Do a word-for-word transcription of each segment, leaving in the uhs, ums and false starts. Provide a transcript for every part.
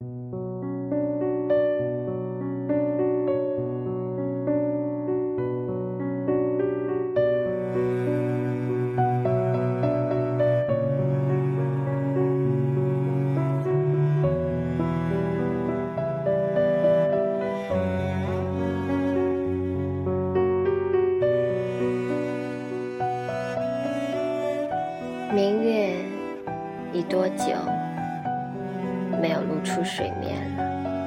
明月已多久没有露出水面了？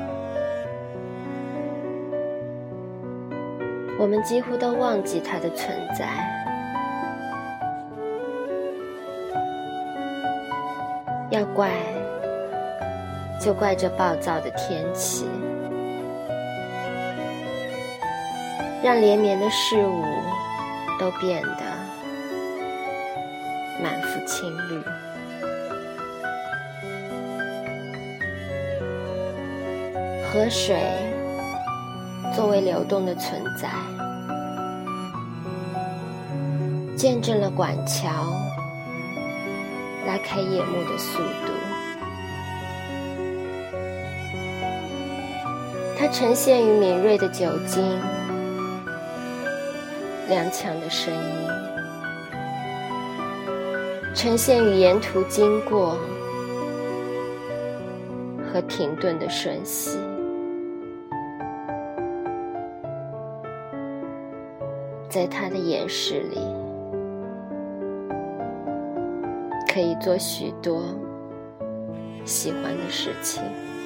我们几乎都忘记它的存在。要怪，就怪这暴躁的天气，让连绵的事物都变得满腹青绿。河水作为流动的存在，见证了管桥拉开夜幕的速度。它呈现于敏锐的酒精，踉跄的声音，呈现于沿途经过和停顿的瞬息。在他的眼视里，可以做许多喜欢的事情。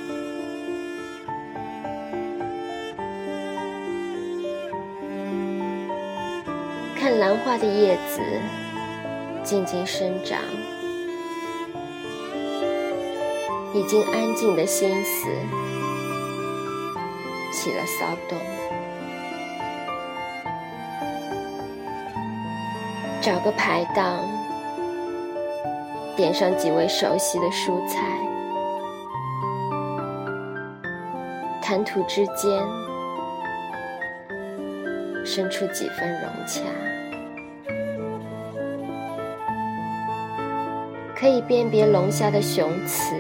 看兰花的叶子静静生长，已经安静的心思起了骚动。找个排档，点上几味熟悉的蔬菜，谈吐之间生出几分融洽，可以辨别龙虾的雄雌，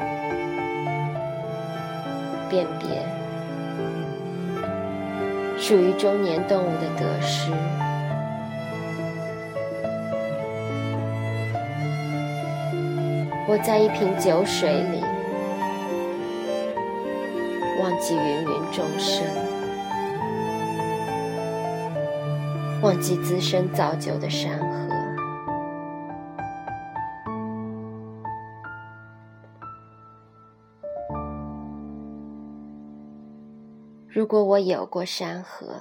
辨别属于中年动物的得失。我在一瓶酒水里忘记芸芸众生，忘记滋生造就的山河。如果我有过山河，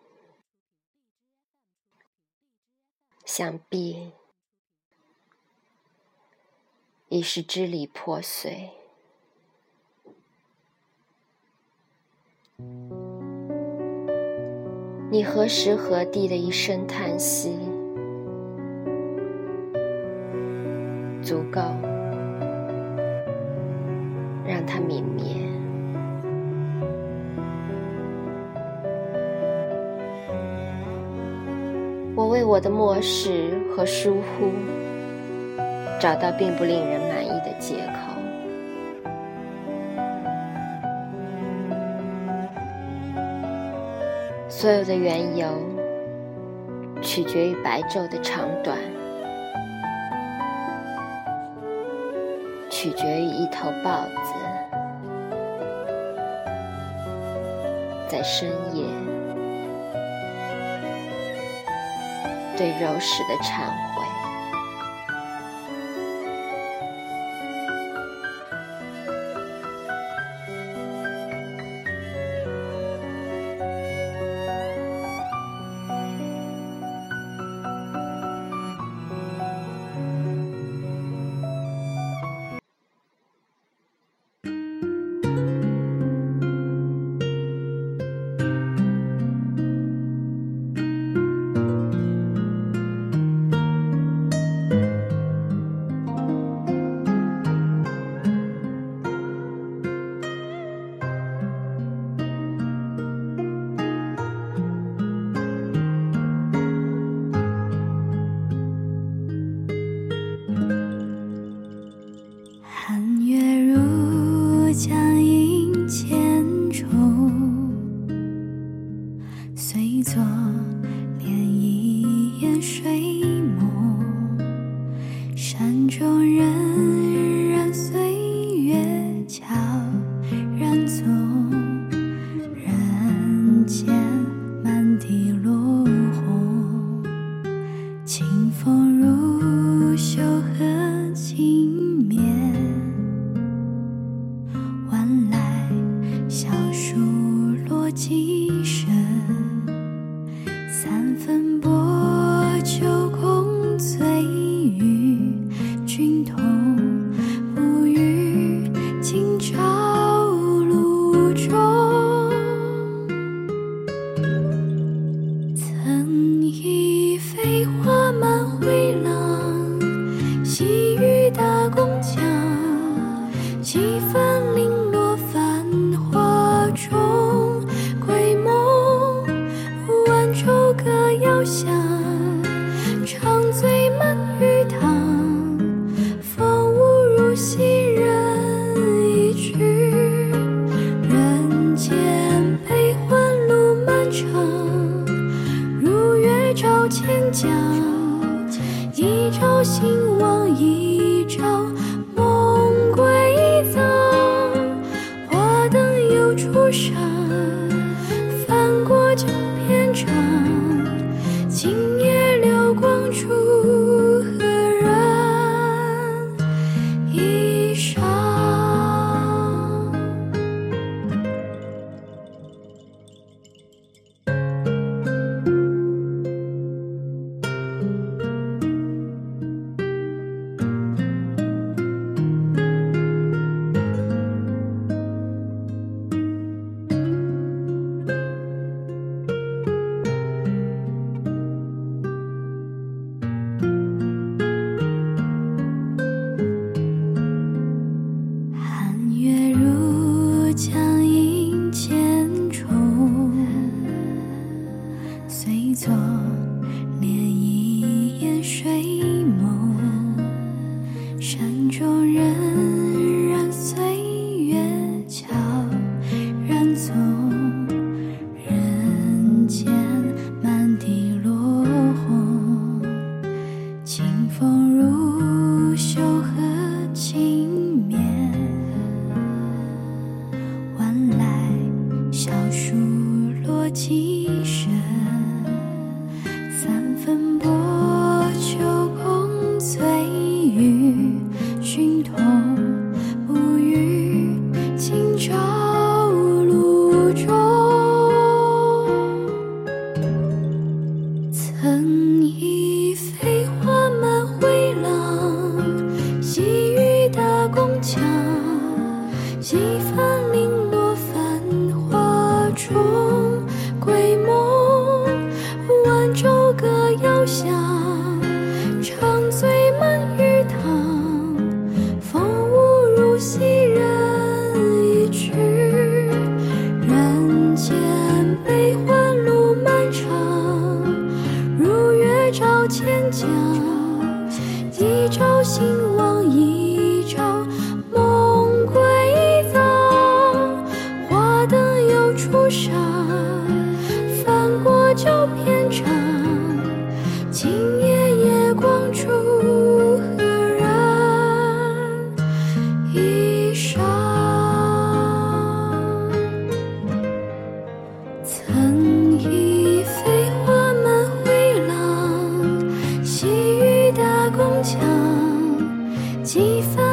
想必已是支离破碎。你何时何地的一声叹息，足够让它泯灭。我为我的漠视和疏忽找到并不令人满意的借口。所有的缘由取决于白昼的长短，取决于一头豹子在深夜对肉食的忏悔。 中荏苒岁月悄然踪，人间满地落红。清风如袖何轻绵，晚来小树落几声。三分薄酒空醉与君同，不语今朝露中。曾忆飞花满回廊，细雨打宫墙。几番零落繁华中，归梦晚舟歌遥响。长醉满玉堂，风物如昔人一句。人间悲欢路漫长，如月照千江。一朝兴亡，一朝梦归藏。花灯又初上，翻过旧篇章。今夜流光处，何人衣裳？江阴千重，随作涟漪烟水梦。山中荏苒岁月悄然踪，人间满地落红。清风如袖何轻绵，小树落几声。三分薄酒空醉与君同，不语今朝露中。曾忆飞花满回廊，细雨打宫墙。几番零落繁中，归梦晚舟歌遥响。长醉满玉堂，风物如昔人一句。人间悲欢路漫长，如月照千江。一朝兴亡，一朝梦归藏。花灯又初上，翻过旧篇章。今夜夜光处，何人衣裳？曾忆飞花满回廊，细雨打宫墙。几番